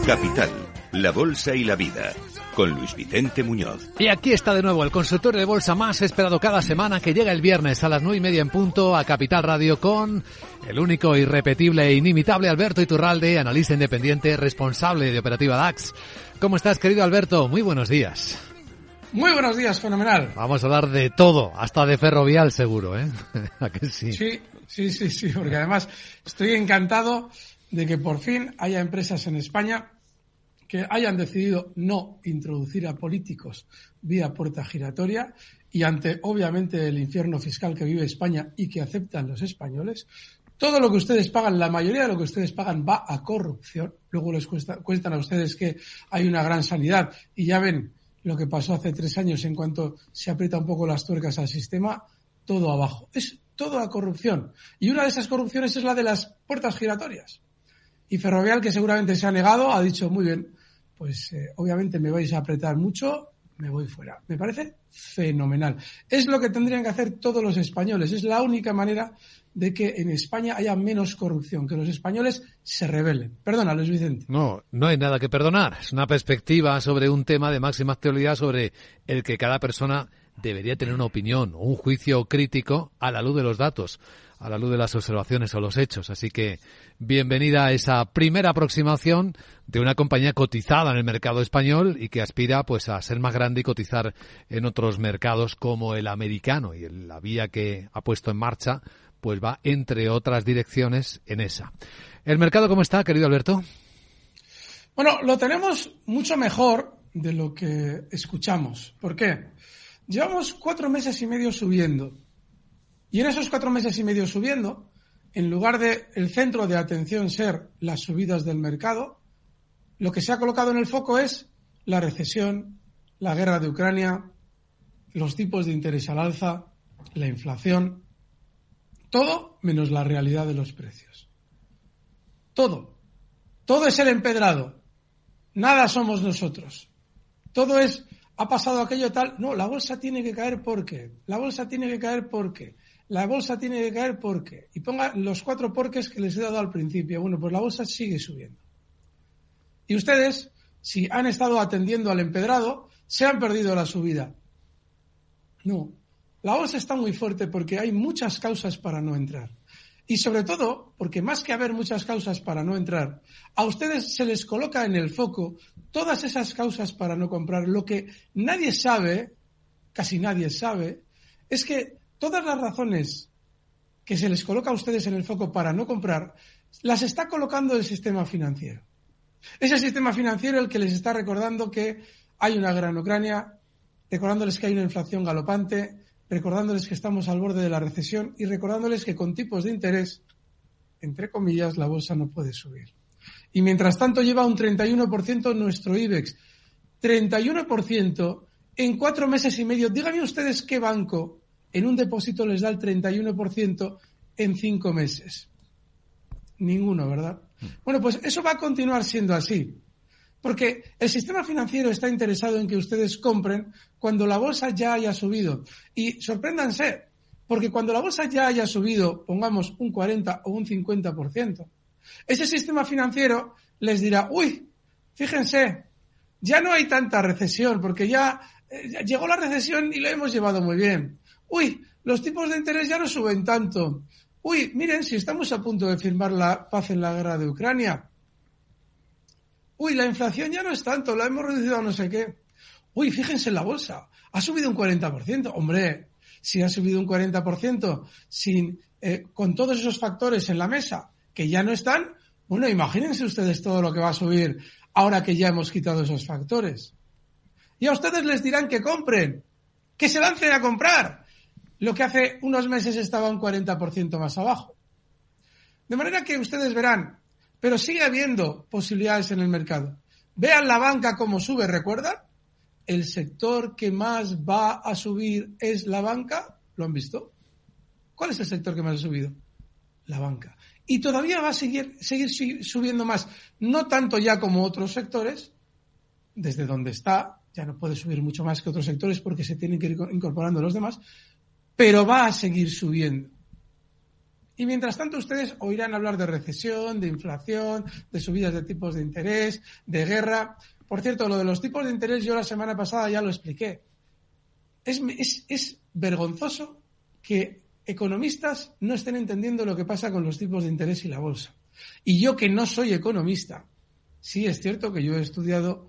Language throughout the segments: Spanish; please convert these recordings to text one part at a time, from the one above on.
Capital, la bolsa y la vida, con Luis Vicente Muñoz. Y aquí está de nuevo el consultorio de bolsa más esperado cada semana, que llega el viernes a las 9:30 en punto a Capital Radio con el único, irrepetible e inimitable Alberto Iturralde, analista independiente, responsable de Operativa DAX. ¿Cómo estás, querido Alberto? Muy buenos días. Muy buenos días, fenomenal. Vamos a hablar de todo, hasta de Ferrovial seguro, ¿eh? ¿A que sí? Sí, porque además estoy encantado de que por fin haya empresas en España que hayan decidido no introducir a políticos vía puerta giratoria y ante, obviamente, el infierno fiscal que vive España y que aceptan los españoles. Todo lo que ustedes pagan, la mayoría de lo que ustedes pagan va a corrupción. Luego les cuentan a ustedes que hay una gran sanidad y ya ven lo que pasó hace 3 años en cuanto se aprieta un poco las tuercas al sistema, todo abajo. Es todo a corrupción. Y una de esas corrupciones es la de las puertas giratorias. Y Ferrovial, que seguramente se ha negado, ha dicho, muy bien, pues obviamente me vais a apretar mucho, me voy fuera. Me parece fenomenal. Es lo que tendrían que hacer todos los españoles. Es la única manera de que en España haya menos corrupción, que los españoles se rebelen. Perdona, Luis Vicente. No hay nada que perdonar. Es una perspectiva sobre un tema de máxima actualidad sobre el que cada persona debería tener una opinión o un juicio crítico a la luz de los datos, a la luz de las observaciones o los hechos. Así que bienvenida a esa primera aproximación de una compañía cotizada en el mercado español y que aspira pues a ser más grande y cotizar en otros mercados como el americano, y la vía que ha puesto en marcha pues va, entre otras direcciones, en esa. ¿El mercado cómo está, querido Alberto? Bueno, lo tenemos mucho mejor de lo que escuchamos. ¿Por qué? Llevamos 4 meses y medio subiendo. Y en esos 4 meses y medio subiendo, en lugar de el centro de atención ser las subidas del mercado, lo que se ha colocado en el foco es la recesión, la guerra de Ucrania, los tipos de interés al alza, la inflación, todo menos la realidad de los precios. Todo es el empedrado. Nada somos nosotros. Todo es, ha pasado aquello tal, no, la bolsa tiene que caer porque, la bolsa tiene que caer porque, la bolsa tiene que caer porque. Y ponga los 4 porqués que les he dado al principio. Bueno, pues la bolsa sigue subiendo. Y ustedes, si han estado atendiendo al empedrado, se han perdido la subida. No, la bolsa está muy fuerte porque hay muchas causas para no entrar. Y sobre todo, porque más que haber muchas causas para no entrar, a ustedes se les coloca en el foco todas esas causas para no comprar. Lo que nadie sabe, casi nadie sabe, es que todas las razones que se les coloca a ustedes en el foco para no comprar, las está colocando el sistema financiero. Es el sistema financiero el que les está recordando que hay una guerra en Ucrania, recordándoles que hay una inflación galopante, recordándoles que estamos al borde de la recesión y recordándoles que con tipos de interés, entre comillas, la bolsa no puede subir. Y mientras tanto lleva un 31% nuestro IBEX. 31% en 4 meses y medio. Díganme ustedes qué banco en un depósito les da el 31% en 5 meses. Ninguno, ¿verdad? Bueno, pues eso va a continuar siendo así. Porque el sistema financiero está interesado en que ustedes compren cuando la bolsa ya haya subido. Y sorpréndanse, porque cuando la bolsa ya haya subido, pongamos un 40 o un 50%, ese sistema financiero les dirá, uy, fíjense, ya no hay tanta recesión, porque ya llegó la recesión y lo hemos llevado muy bien. Uy, los tipos de interés ya no suben tanto. Uy, miren, si estamos a punto de firmar la paz en la guerra de Ucrania. Uy, la inflación ya no es tanto, la hemos reducido a no sé qué. Uy, fíjense en la bolsa, ha subido un 40%. Hombre, si ha subido un 40% con todos esos factores en la mesa que ya no están, bueno, imagínense ustedes todo lo que va a subir ahora que ya hemos quitado esos factores. Y a ustedes les dirán que compren, que se lancen a comprar, lo que hace unos meses estaba un 40% más abajo. De manera que ustedes verán, pero sigue habiendo posibilidades en el mercado. Vean la banca cómo sube, ¿recuerdan? El sector que más va a subir es la banca. ¿Lo han visto? ¿Cuál es el sector que más ha subido? La banca. Y todavía va a seguir subiendo más. No tanto ya como otros sectores. Desde donde está, ya no puede subir mucho más que otros sectores porque se tienen que ir incorporando los demás. Pero va a seguir subiendo. Y mientras tanto ustedes oirán hablar de recesión, de inflación, de subidas de tipos de interés, de guerra. Por cierto, lo de los tipos de interés yo la semana pasada ya lo expliqué. Es vergonzoso que economistas no estén entendiendo lo que pasa con los tipos de interés y la bolsa. Y yo, que no soy economista, sí es cierto que yo he estudiado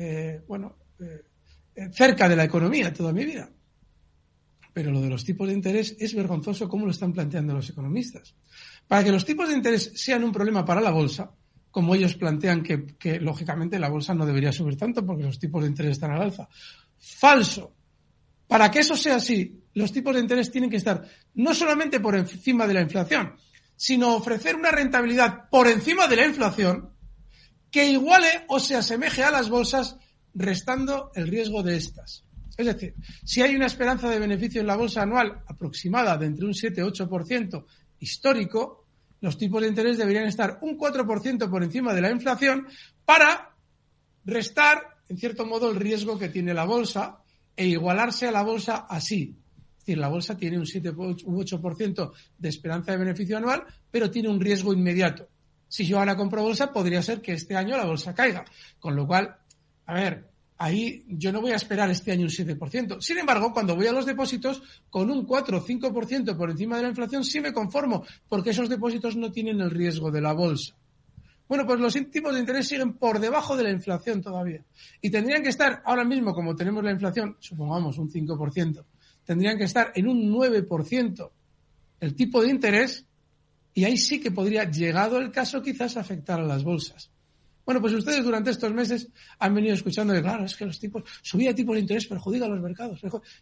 cerca de la economía toda mi vida. Pero lo de los tipos de interés es vergonzoso cómo lo están planteando los economistas. Para que los tipos de interés sean un problema para la bolsa, como ellos plantean que lógicamente la bolsa no debería subir tanto porque los tipos de interés están al alza. Falso. Para que eso sea así, los tipos de interés tienen que estar no solamente por encima de la inflación, sino ofrecer una rentabilidad por encima de la inflación que iguale o se asemeje a las bolsas, restando el riesgo de estas. Es decir, si hay una esperanza de beneficio en la bolsa anual aproximada de entre un 7 y 8% histórico, los tipos de interés deberían estar un 4% por encima de la inflación para restar, en cierto modo, el riesgo que tiene la bolsa e igualarse a la bolsa así. Es decir, la bolsa tiene un 7 u 8% de esperanza de beneficio anual, pero tiene un riesgo inmediato. Si yo ahora compro bolsa, podría ser que este año la bolsa caiga. Con lo cual, a ver, ahí yo no voy a esperar este año un 7%. Sin embargo, cuando voy a los depósitos, con un 4 o 5% por encima de la inflación, sí me conformo, porque esos depósitos no tienen el riesgo de la bolsa. Bueno, pues los tipos de interés siguen por debajo de la inflación todavía. Y tendrían que estar, ahora mismo, como tenemos la inflación, supongamos un 5%, tendrían que estar en un 9% el tipo de interés, y ahí sí que podría, llegado el caso, quizás afectar a las bolsas. Bueno, pues ustedes durante estos meses han venido escuchando que, claro, es que los tipos, subida de tipos de interés perjudica a los mercados.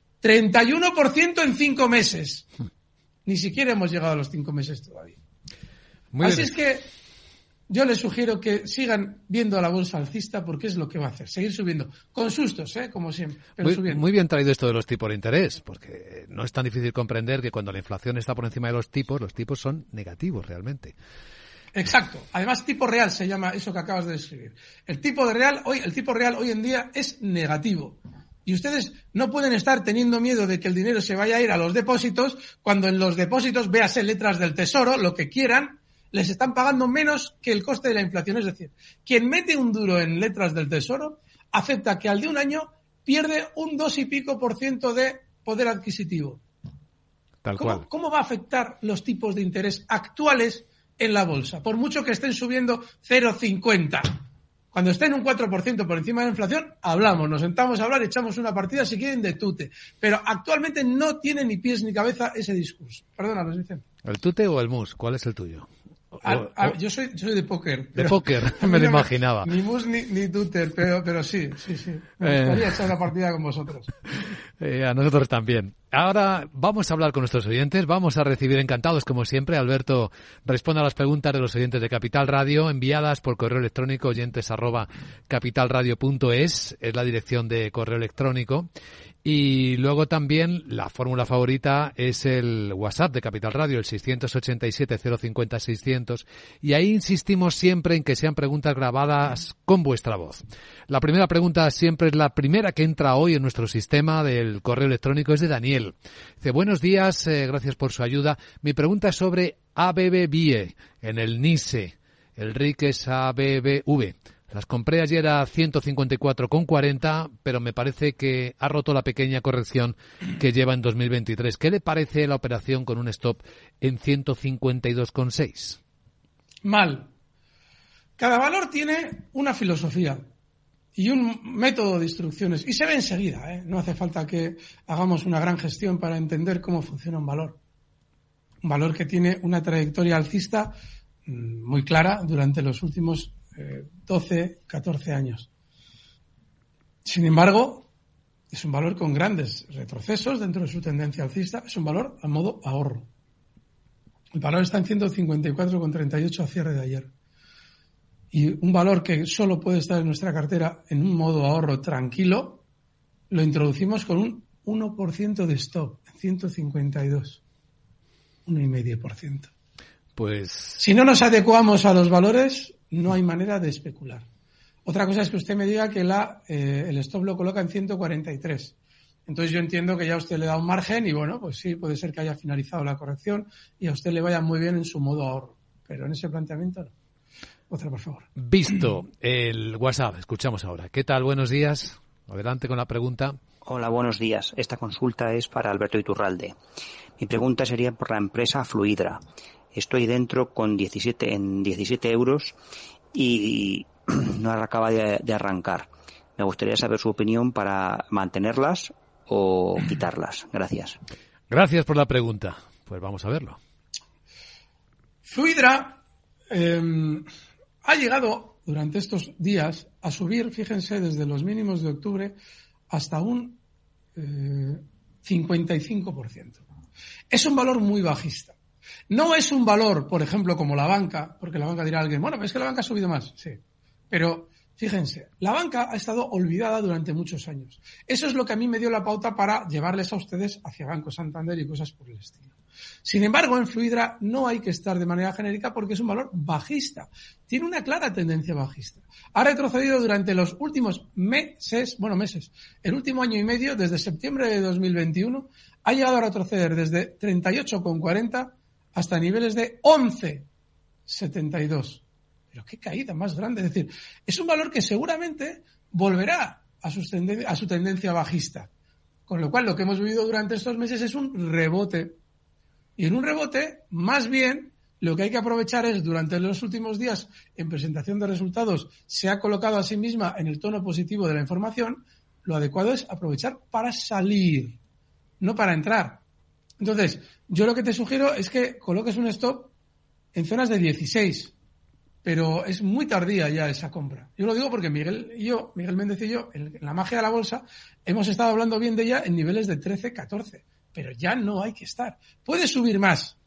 31% en 5 meses. Ni siquiera hemos llegado a los 5 meses todavía. Así es que yo les sugiero que sigan viendo a la bolsa alcista, porque es lo que va a hacer, seguir subiendo, con sustos, como siempre, pero subiendo. Muy bien traído esto de los tipos de interés, porque no es tan difícil comprender que cuando la inflación está por encima de los tipos son negativos realmente. Exacto. Además, tipo real se llama eso que acabas de describir. El tipo real hoy en día es negativo. Y ustedes no pueden estar teniendo miedo de que el dinero se vaya a ir a los depósitos, cuando en los depósitos, véase letras del Tesoro, lo que quieran, les están pagando menos que el coste de la inflación. Es decir, quien mete un duro en letras del Tesoro acepta que al de un año pierde un 2 y pico % de poder adquisitivo. Tal cual. ¿Cómo va a afectar los tipos de interés actuales en la bolsa? Por mucho que estén subiendo 0,50. Cuando estén un 4% por encima de la inflación, hablamos, nos sentamos a hablar, echamos una partida si quieren de tute. Pero actualmente no tiene ni pies ni cabeza ese discurso. Perdona, Luis Vicente. ¿El tute o el mus? ¿Cuál es el tuyo? Yo soy de póker. De póker, me lo imaginaba. Ni mus ni tuter, pero sí. Me gustaría echar una partida con vosotros. A nosotros también. Ahora vamos a hablar con nuestros oyentes, vamos a recibir encantados, como siempre. Alberto responde a las preguntas de los oyentes de Capital Radio, enviadas por correo electrónico, oyentes@capitalradio.es, es la dirección de correo electrónico. Y luego también la fórmula favorita es el WhatsApp de Capital Radio, el 687-050-600. Y ahí insistimos siempre en que sean preguntas grabadas con vuestra voz. La primera pregunta siempre es la primera que entra hoy en nuestro sistema del correo electrónico, es de Daniel. Dice, buenos días, gracias por su ayuda. Mi pregunta es sobre ABBVie en el NISE, el RIC es ABBV. Las compré ayer a 154,40, pero me parece que ha roto la pequeña corrección que lleva en 2023. ¿Qué le parece la operación con un stop en 152,6? Mal. Cada valor tiene una filosofía y un método de instrucciones. Y se ve enseguida, No hace falta que hagamos una gran gestión para entender cómo funciona un valor. Un valor que tiene una trayectoria alcista muy clara durante los últimos 12, 14 años. Sin embargo, es un valor con grandes retrocesos dentro de su tendencia alcista. Es un valor a modo ahorro. El valor está en 154,38 a cierre de ayer. Y un valor que solo puede estar en nuestra cartera en un modo ahorro tranquilo, lo introducimos con un 1% de stop, en 152. 1,5%. Pues si no nos adecuamos a los valores, no hay manera de especular. Otra cosa es que usted me diga que el stop lo coloca en 143. Entonces yo entiendo que ya usted le da un margen y bueno, pues sí, puede ser que haya finalizado la corrección y a usted le vaya muy bien en su modo ahorro. Pero en ese planteamiento no. Otra, por favor. Visto el WhatsApp, escuchamos ahora. ¿Qué tal? Buenos días. Adelante con la pregunta. Hola, buenos días. Esta consulta es para Alberto Iturralde. Mi pregunta sería por la empresa Fluidra. Estoy dentro con 17 euros y no acaba de arrancar. Me gustaría saber su opinión para mantenerlas o quitarlas. Gracias. Gracias por la pregunta. Pues vamos a verlo. Fluidra ha llegado durante estos días a subir, fíjense, desde los mínimos de octubre hasta un 55%. Es un valor muy bajista. No es un valor, por ejemplo, como la banca, porque la banca dirá a alguien, bueno, es que la banca ha subido más. Sí, pero fíjense, la banca ha estado olvidada durante muchos años. Eso es lo que a mí me dio la pauta para llevarles a ustedes hacia Banco Santander y cosas por el estilo. Sin embargo, en Fluidra no hay que estar de manera genérica porque es un valor bajista. Tiene una clara tendencia bajista. Ha retrocedido durante los últimos meses, el último año y medio, desde septiembre de 2021, ha llegado a retroceder desde 38,40 hasta niveles de 11,72. Pero qué caída más grande. Es decir, es un valor que seguramente volverá a su tendencia bajista. Con lo cual, lo que hemos vivido durante estos meses es un rebote. Y en un rebote, más bien, lo que hay que aprovechar es, durante los últimos días, en presentación de resultados, se ha colocado a sí misma en el tono positivo de la información, lo adecuado es aprovechar para salir, no para entrar. Entonces, yo lo que te sugiero es que coloques un stop en zonas de 16, pero es muy tardía ya esa compra. Yo lo digo porque Miguel Méndez y yo, en la magia de la bolsa, hemos estado hablando bien de ella en niveles de 13, 14. Pero ya no hay que estar. Puede subir más,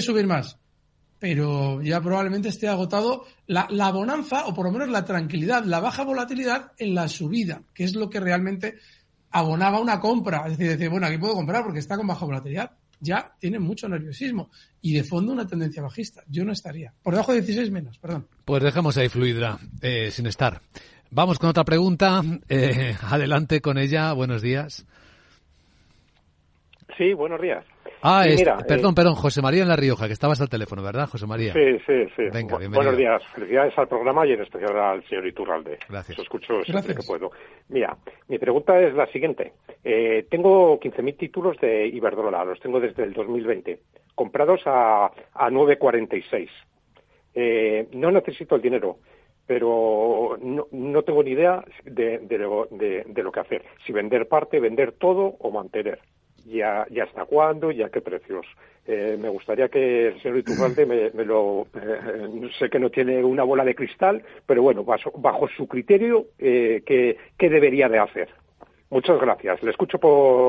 pero ya probablemente esté agotado la bonanza, o por lo menos la tranquilidad, la baja volatilidad en la subida, que es lo que realmente abonaba una compra. Es decir, bueno, aquí puedo comprar porque está con baja volatilidad. Ya tiene mucho nerviosismo y de fondo una tendencia bajista. Yo no estaría. Por debajo de 16 menos, perdón. Pues dejamos ahí Fluidra, sin estar. Vamos con otra pregunta. Adelante con ella. Buenos días. Sí, buenos días. Perdón, José María en La Rioja, que estabas al teléfono, ¿verdad, José María? Sí. Venga, bienvenido. Buenos días. Felicidades al programa y en especial al señor Iturralde. Gracias. Lo escucho siempre que puedo. Mira, mi pregunta es la siguiente. Tengo 15.000 títulos de Iberdrola, los tengo desde el 2020, comprados a 9,46. No necesito el dinero, pero no tengo ni idea de lo que hacer. Si vender parte, vender todo o mantener. Ya hasta cuándo y a qué precios. Me gustaría que el señor Iturralde sé que no tiene una bola de cristal, pero bueno, bajo su criterio, ¿qué debería de hacer? Muchas gracias. Le escucho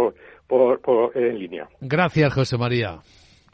en línea. Gracias, José María.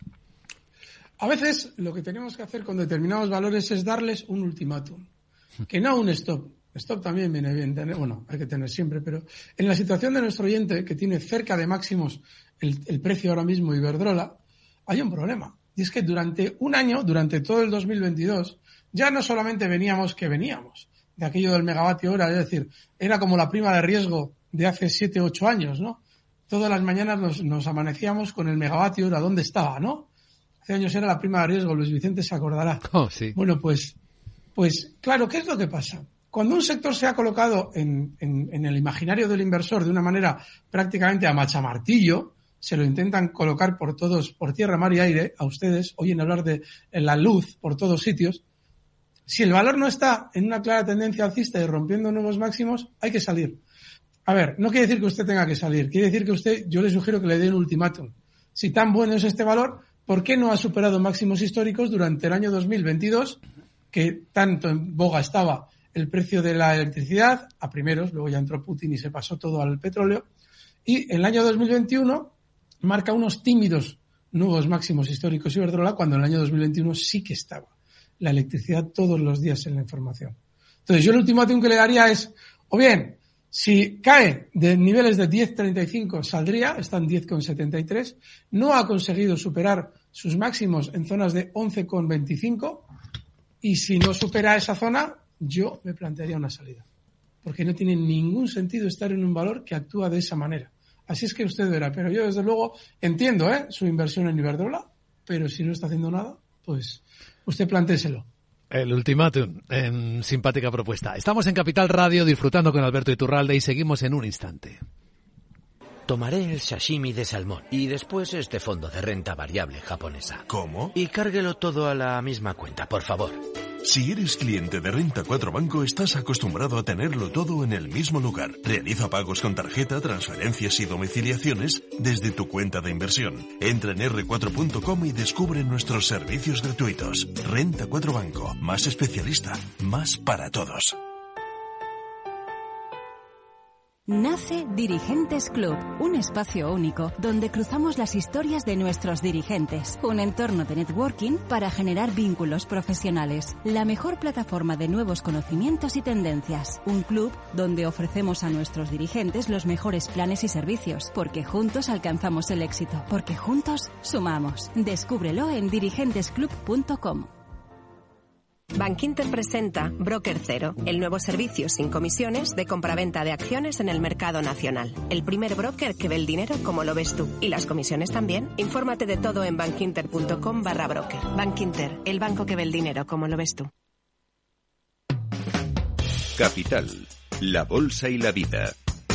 A veces lo que tenemos que hacer con determinados valores es darles un ultimátum, que no un stop. Stop también viene bien tener, hay que tener siempre, pero en la situación de nuestro oyente, que tiene cerca de máximos el precio ahora mismo Iberdrola, hay un problema. Y es que durante un año, durante todo el 2022, ya no solamente veníamos de aquello del megavatio hora, es decir, era como la prima de riesgo de hace 7, 8 años, ¿no? Todas las mañanas nos amanecíamos con el megavatio hora, ¿dónde estaba, no? Hace años era la prima de riesgo, Luis Vicente se acordará. Oh, sí. Bueno, pues claro, ¿qué es lo que pasa? Cuando un sector se ha colocado en el imaginario del inversor de una manera prácticamente a machamartillo, se lo intentan colocar por tierra, mar y aire, a ustedes oyen hablar de la luz por todos sitios. Si el valor no está en una clara tendencia alcista y rompiendo nuevos máximos, hay que salir. A ver, no quiere decir que usted tenga que salir, quiere decir que yo le sugiero que le dé un ultimátum. Si tan bueno es este valor, ¿por qué no ha superado máximos históricos durante el año 2022, que tanto en boga estaba el precio de la electricidad a primeros, luego ya entró Putin y se pasó todo al petróleo, y en el año 2021 marca unos tímidos nuevos máximos históricos Iberdrola, cuando en el año 2021 sí que estaba la electricidad todos los días en la información. Entonces yo el ultimátum que le daría es, o bien, si cae de niveles de 10,35 saldría, está en 10,73, no ha conseguido superar sus máximos en zonas de 11,25, y si no supera esa zona, yo me plantearía una salida, porque no tiene ningún sentido estar en un valor que actúa de esa manera. Así es que usted verá. Pero yo, desde luego, entiendo su inversión en Iberdrola, pero si no está haciendo nada, pues usted plantéselo. El ultimátum en simpática propuesta. Estamos en Capital Radio disfrutando con Alberto Iturralde y seguimos en un instante. Tomaré el sashimi de salmón y después este fondo de renta variable japonesa. ¿Cómo? Y cárguelo todo a la misma cuenta, por favor. Si eres cliente de Renta 4 Banco, estás acostumbrado a tenerlo todo en el mismo lugar. Realiza pagos con tarjeta, transferencias y domiciliaciones desde tu cuenta de inversión. Entra en r4.com y descubre nuestros servicios gratuitos. Renta 4 Banco, más especialista, más para todos. Nace Dirigentes Club, un espacio único donde cruzamos las historias de nuestros dirigentes. Un entorno de networking para generar vínculos profesionales. La mejor plataforma de nuevos conocimientos y tendencias. Un club donde ofrecemos a nuestros dirigentes los mejores planes y servicios. Porque juntos alcanzamos el éxito. Porque juntos sumamos. Descúbrelo en dirigentesclub.com. Bankinter presenta Broker Cero, el nuevo servicio sin comisiones de compraventa de acciones en el mercado nacional. El primer broker que ve el dinero como lo ves tú. Y las comisiones también. Infórmate de todo en bankinter.com/broker. Bankinter, el banco que ve el dinero como lo ves tú. Capital, la bolsa y la vida.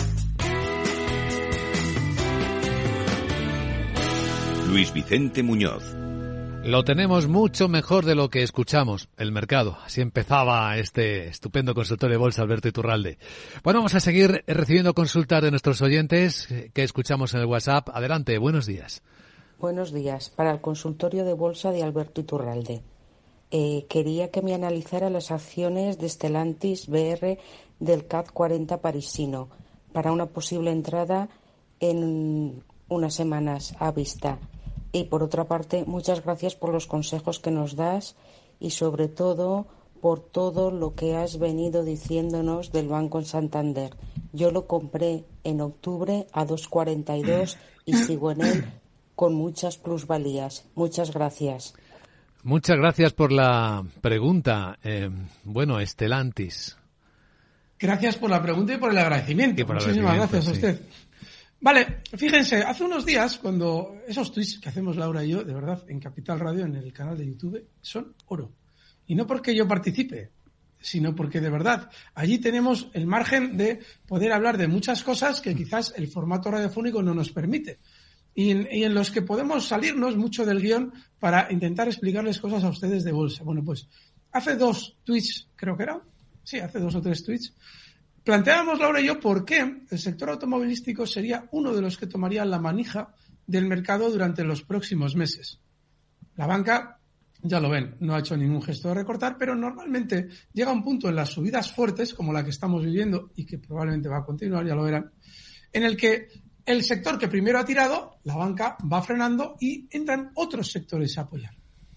Luis Vicente Muñoz. Lo tenemos mucho mejor de lo que escuchamos, el mercado. Así empezaba este estupendo consultor de bolsa, Alberto Iturralde. Bueno, vamos a seguir recibiendo consultas de nuestros oyentes que escuchamos en el WhatsApp. Adelante, buenos días. Buenos días. Para el consultorio de bolsa de Alberto Iturralde. Quería que me analizara las acciones de Stellantis BR del CAC 40 parisino para una posible entrada en unas semanas a vista. Y por otra parte, muchas gracias por los consejos que nos das y sobre todo por todo lo que has venido diciéndonos del Banco Santander. Yo lo compré en octubre a 2,42 y sigo en él con muchas plusvalías. Muchas gracias. Muchas gracias por la pregunta. Stellantis. Gracias por la pregunta y por el agradecimiento. Muchísimas gracias a usted. Vale, fíjense, hace unos días, cuando esos tweets que hacemos Laura y yo, de verdad, en Capital Radio, en el canal de YouTube, son oro. Y no porque yo participe, sino porque de verdad, allí tenemos el margen de poder hablar de muchas cosas que quizás el formato radiofónico no nos permite. Y en los que podemos salirnos mucho del guión para intentar explicarles cosas a ustedes de bolsa. Bueno, pues hace 2 tweets, creo que era. Sí, hace 2 o 3 tweets. Planteábamos, Laura y yo, por qué el sector automovilístico sería uno de los que tomaría la manija del mercado durante los próximos meses. La banca, ya lo ven, no ha hecho ningún gesto de recortar, pero normalmente llega un punto en las subidas fuertes, como la que estamos viviendo y que probablemente va a continuar, ya lo verán, en el que el sector que primero ha tirado, la banca va frenando y entran otros sectores a apoyar.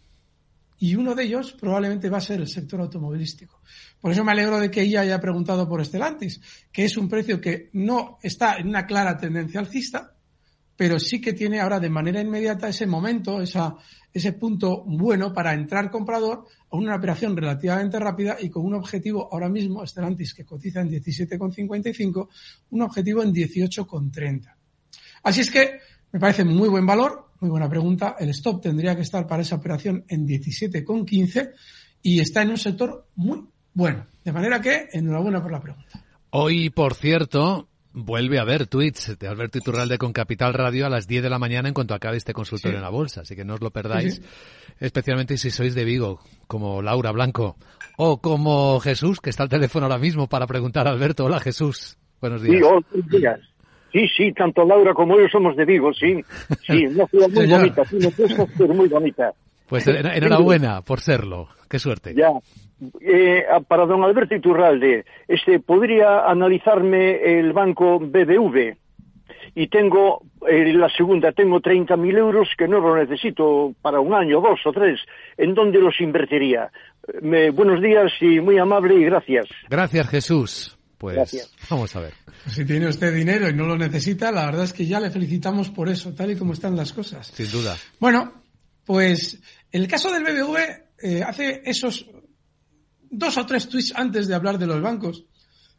Y uno de ellos probablemente va a ser el sector automovilístico. Por eso me alegro de que ella haya preguntado por Stellantis, que es un precio que no está en una clara tendencia alcista, pero sí que tiene ahora de manera inmediata ese momento, ese punto bueno para entrar comprador a una operación relativamente rápida y con un objetivo ahora mismo, Stellantis, que cotiza en 17,55, un objetivo en 18,30. Así es que me parece muy buen valor, muy buena pregunta. El stop tendría que estar para esa operación en 17,15 y está en un sector muy bueno. De manera que, enhorabuena por la pregunta. Hoy, por cierto, vuelve a haber tweets de Alberto Iturralde con Capital Radio a las 10 de la mañana en cuanto acabe este consultorio en la bolsa. Así que no os lo perdáis, especialmente si sois de Vigo, como Laura Blanco o como Jesús, que está al teléfono ahora mismo para preguntar a Alberto. Hola, Jesús. Buenos días. Sí, buenos días. Sí, tanto Laura como yo somos de Vigo, sí, una ciudad muy bonita, una ciudad muy bonita. Pues enhorabuena por serlo, qué suerte. Ya, para don Alberto Iturralde, podría analizarme el banco BBV, y tengo la segunda, tengo 30.000 euros que no lo necesito para un año, 2 o 3, ¿en dónde los invertiría? Buenos días y muy amable y gracias. Gracias, Jesús. Pues gracias. Vamos a ver. Si tiene usted dinero y no lo necesita, la verdad es que ya le felicitamos por eso, tal y como están las cosas. Sin duda. Bueno, pues el caso del BBV hace esos 2 o 3 tweets antes de hablar de los bancos.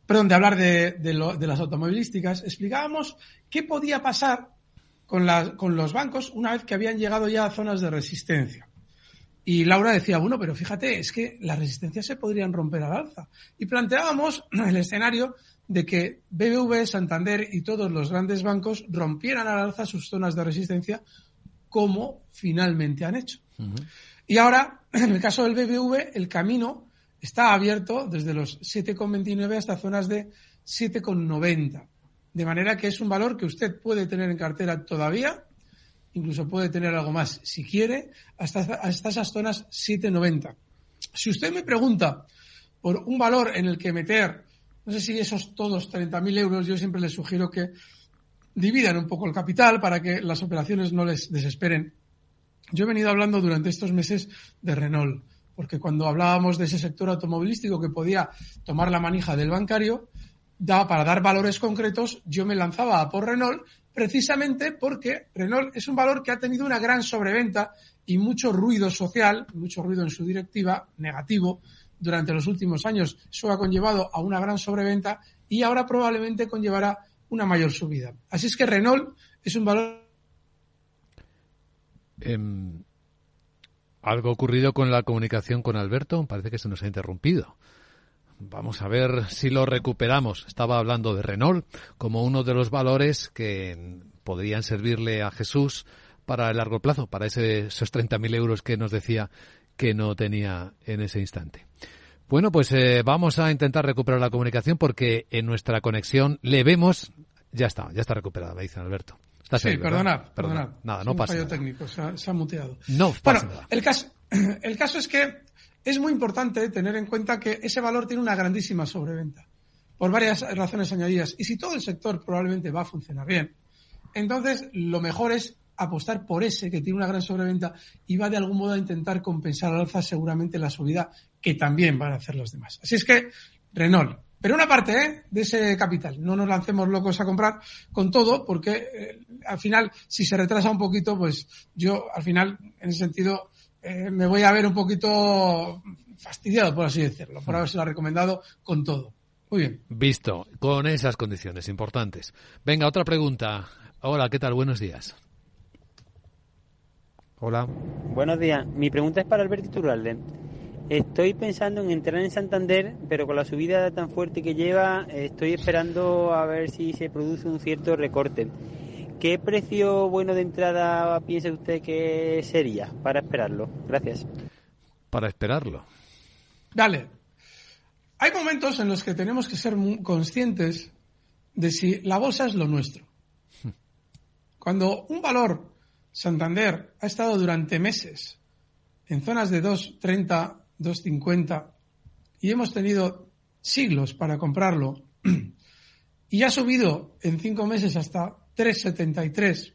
hablar de las automovilísticas, explicábamos qué podía pasar con los bancos una vez que habían llegado ya a zonas de resistencia. Y Laura decía, bueno, pero fíjate, es que las resistencias se podrían romper al alza. Y planteábamos el escenario de que BBV, Santander y todos los grandes bancos rompieran al alza sus zonas de resistencia, como finalmente han hecho. Uh-huh. Y ahora, en el caso del BBV, el camino está abierto desde los 7,29 hasta zonas de 7,90. De manera que es un valor que usted puede tener en cartera todavía, incluso puede tener algo más si quiere, hasta esas zonas 7,90. Si usted me pregunta por un valor en el que meter, no sé si esos todos 30.000 euros, yo siempre les sugiero que dividan un poco el capital para que las operaciones no les desesperen. Yo he venido hablando durante estos meses de Renault, porque cuando hablábamos de ese sector automovilístico que podía tomar la manija del bancario, para dar valores concretos, yo me lanzaba a por Renault, precisamente porque Renault es un valor que ha tenido una gran sobreventa y mucho ruido social, mucho ruido en su directiva negativo durante los últimos años. Eso ha conllevado a una gran sobreventa y ahora probablemente conllevará una mayor subida. Así es que Renault es un valor... Algo ocurrido con la comunicación con Alberto, parece que se nos ha interrumpido. Vamos a ver si lo recuperamos. Estaba hablando de Renault como uno de los valores que podrían servirle a Jesús para el largo plazo, para esos 30.000 euros que nos decía que no tenía en ese instante. Bueno, pues vamos a intentar recuperar la comunicación porque en nuestra conexión le vemos... Ya está recuperada, me dice Alberto. ¿Estás sí, ahí, perdonad. Nada, no pasa nada. Un fallo técnico, se ha muteado. No pasa nada. El caso es que es muy importante tener en cuenta que ese valor tiene una grandísima sobreventa, por varias razones añadidas. Y si todo el sector probablemente va a funcionar bien, entonces lo mejor es apostar por ese que tiene una gran sobreventa y va de algún modo a intentar compensar al alza seguramente la subida que también van a hacer los demás. Así es que Renault. Pero una parte de ese capital. No nos lancemos locos a comprar con todo porque al final, si se retrasa un poquito, pues yo al final, en ese sentido, me voy a ver un poquito fastidiado, por así decirlo, por haberse recomendado con todo. Muy bien. Visto, con esas condiciones importantes. Venga, otra pregunta. Hola, ¿qué tal? Buenos días. Hola. Buenos días. Mi pregunta es para Alberto Iturralde. Estoy pensando en entrar en Santander, pero con la subida tan fuerte que lleva, estoy esperando a ver si se produce un cierto recorte. ¿Qué precio bueno de entrada piensa usted que sería para esperarlo? Gracias. Para esperarlo. Vale. Hay momentos en los que tenemos que ser muy conscientes de si la bolsa es lo nuestro. Cuando un valor, Santander, ha estado durante meses en zonas de 2,30, 2,50 y hemos tenido siglos para comprarlo y ha subido en 5 meses hasta 3,73.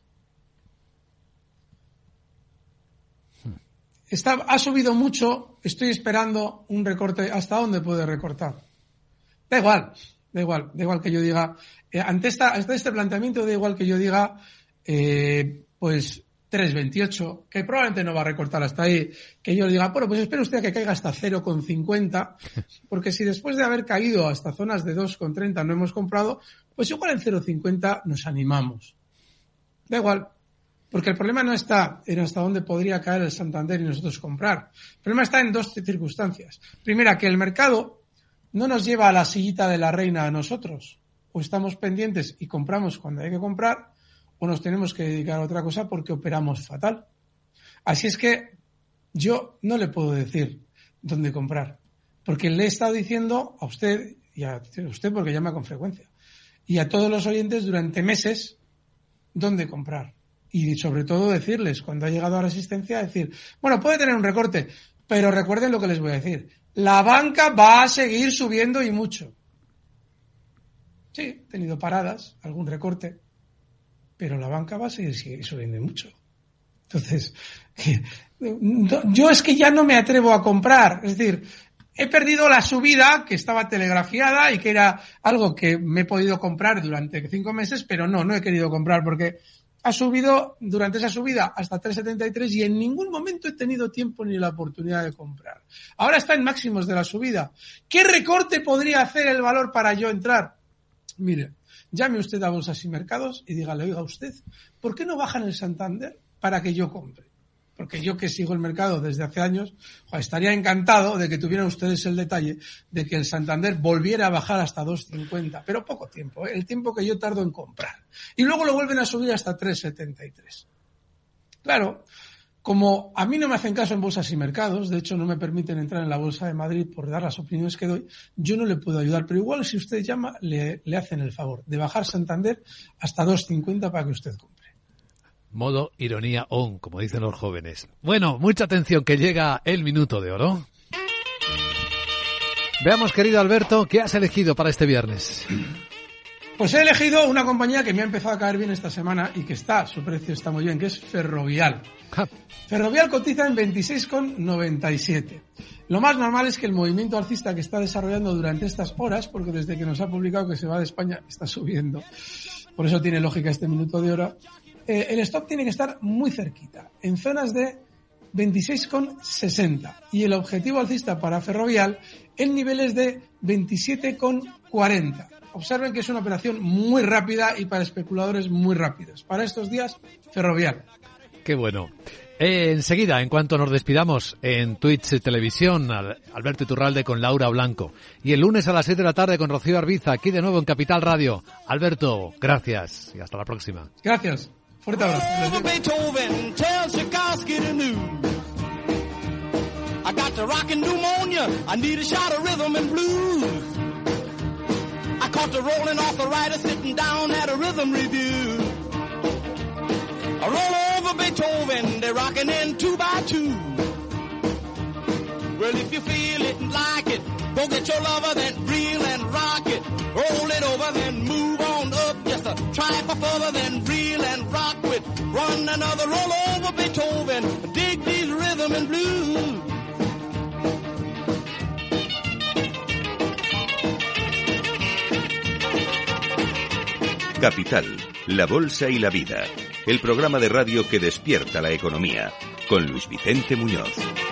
Ha subido mucho, estoy esperando un recorte. ¿Hasta dónde puede recortar? Da igual que yo diga, ante este planteamiento da igual que yo diga, pues 3,28, que probablemente no va a recortar hasta ahí, que yo le diga, bueno, pues espere usted a que caiga hasta 0,50, porque si después de haber caído hasta zonas de 2,30 no hemos comprado, pues igual en 0,50 nos animamos. Da igual, porque el problema no está en hasta dónde podría caer el Santander y nosotros comprar. El problema está en dos circunstancias. Primera, que el mercado no nos lleva a la sillita de la reina a nosotros, o estamos pendientes y compramos cuando hay que comprar, o nos tenemos que dedicar a otra cosa porque operamos fatal. Así es que yo no le puedo decir dónde comprar, porque le he estado diciendo a usted, y a usted porque llama con frecuencia, y a todos los oyentes durante meses dónde comprar. Y sobre todo decirles, cuando ha llegado a resistencia, decir, bueno, puede tener un recorte, pero recuerden lo que les voy a decir. La banca va a seguir subiendo y mucho. Sí, he tenido paradas, algún recorte, pero la banca va a seguir subiendo mucho. Entonces, yo es que ya no me atrevo a comprar. Es decir, he perdido la subida que estaba telegrafiada y que era algo que me he podido comprar durante 5 meses, pero no he querido comprar porque ha subido durante esa subida hasta 3,73 y en ningún momento he tenido tiempo ni la oportunidad de comprar. Ahora está en máximos de la subida. ¿Qué recorte podría hacer el valor para yo entrar? Mire, llame usted a Bolsas y Mercados y dígale, oiga usted, ¿por qué no bajan el Santander para que yo compre? Porque yo que sigo el mercado desde hace años, estaría encantado de que tuvieran ustedes el detalle de que el Santander volviera a bajar hasta 2,50, pero poco tiempo, el tiempo que yo tardo en comprar. Y luego lo vuelven a subir hasta 3,73. Claro, como a mí no me hacen caso en Bolsas y Mercados, de hecho no me permiten entrar en la Bolsa de Madrid por dar las opiniones que doy, yo no le puedo ayudar, pero igual si usted llama le hacen el favor de bajar Santander hasta 2,50 para que usted compre. Modo ironía on, como dicen los jóvenes. Bueno, mucha atención que llega el minuto de oro. Veamos, querido Alberto, ¿qué has elegido para este viernes? Pues he elegido una compañía que me ha empezado a caer bien esta semana y que su precio está muy bien, que es Ferrovial. Ferrovial cotiza en 26,97. Lo más normal es que el movimiento alcista que está desarrollando durante estas horas, porque desde que nos ha publicado que se va de España, está subiendo. Por eso tiene lógica este minuto de oro. El stop tiene que estar muy cerquita, en zonas de 26,60. Y el objetivo alcista para Ferrovial en niveles de 27,40. Observen que es una operación muy rápida y para especuladores muy rápidos. Para estos días, Ferrovial. Qué bueno. Enseguida, en cuanto nos despidamos en Twitch Televisión, Alberto Iturralde con Laura Blanco. Y el lunes a las 6 de la tarde con Rocío Arbiza, aquí de nuevo en Capital Radio. Alberto, gracias y hasta la próxima. Gracias. Fuerte abrazo. I got the rockin' pneumonia. I need a shot of rhythm and blues. I caught the rolling arthritis sitting down at a rhythm review. I roll over Beethoven, they're rockin' in 2 by 2. Well, if you feel it and like it, go get your lover, then reel and rock it. Roll it over, then move on up. Just a trifle further, then reel and rock it. Run another roll over Beethoven. Dig these rhythm and blues. Capital, la bolsa y la vida. El programa de radio que despierta la economía. Con Luis Vicente Muñoz.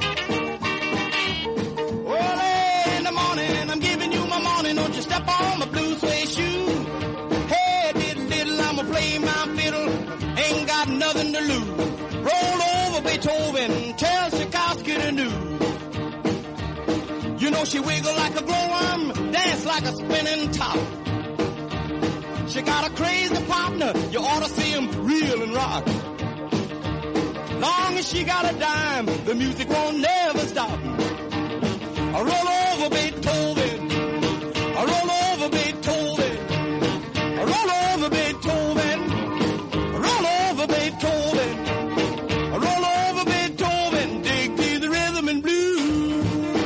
Nothing to lose. Roll over Beethoven, tell Tchaikovsky to do. You know she wiggle like a glowworm, dance like a spinning top. She got a crazy partner, you ought to see him reel and rock. Long as she got a dime, the music won't never stop. I roll over Beethoven, I roll over Beethoven, I roll over Beethoven. Beethoven, roll over Beethoven, dig through the rhythm and blues.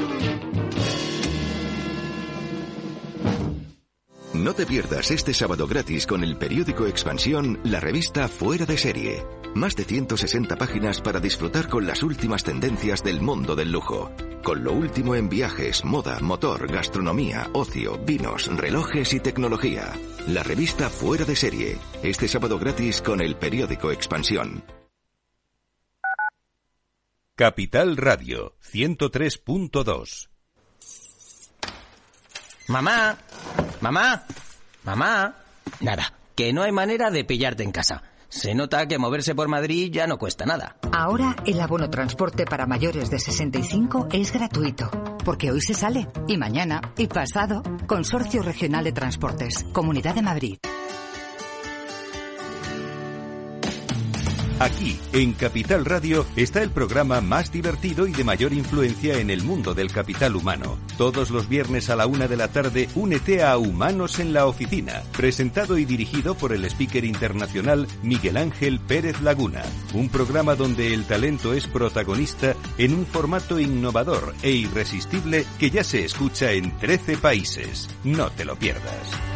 No te pierdas este sábado gratis con el periódico Expansión, la revista Fuera de Serie. Más de 160 páginas para disfrutar con las últimas tendencias del mundo del lujo. Con lo último en viajes, moda, motor, gastronomía, ocio, vinos, relojes y tecnología. La revista Fuera de Serie. Este sábado gratis con el periódico Expansión. Capital Radio 103.2. Mamá, mamá, mamá. Nada, que no hay manera de pillarte en casa. Se nota que moverse por Madrid ya no cuesta nada. Ahora el abono transporte para mayores de 65 es gratuito. Porque hoy se sale, y mañana, y pasado. Consorcio Regional de Transportes, Comunidad de Madrid. Aquí, en Capital Radio, está el programa más divertido y de mayor influencia en el mundo del capital humano. Todos los viernes a la 1 de la tarde, únete a Humanos en la Oficina, presentado y dirigido por el speaker internacional Miguel Ángel Pérez Laguna. Un programa donde el talento es protagonista en un formato innovador e irresistible que ya se escucha en 13 países. No te lo pierdas.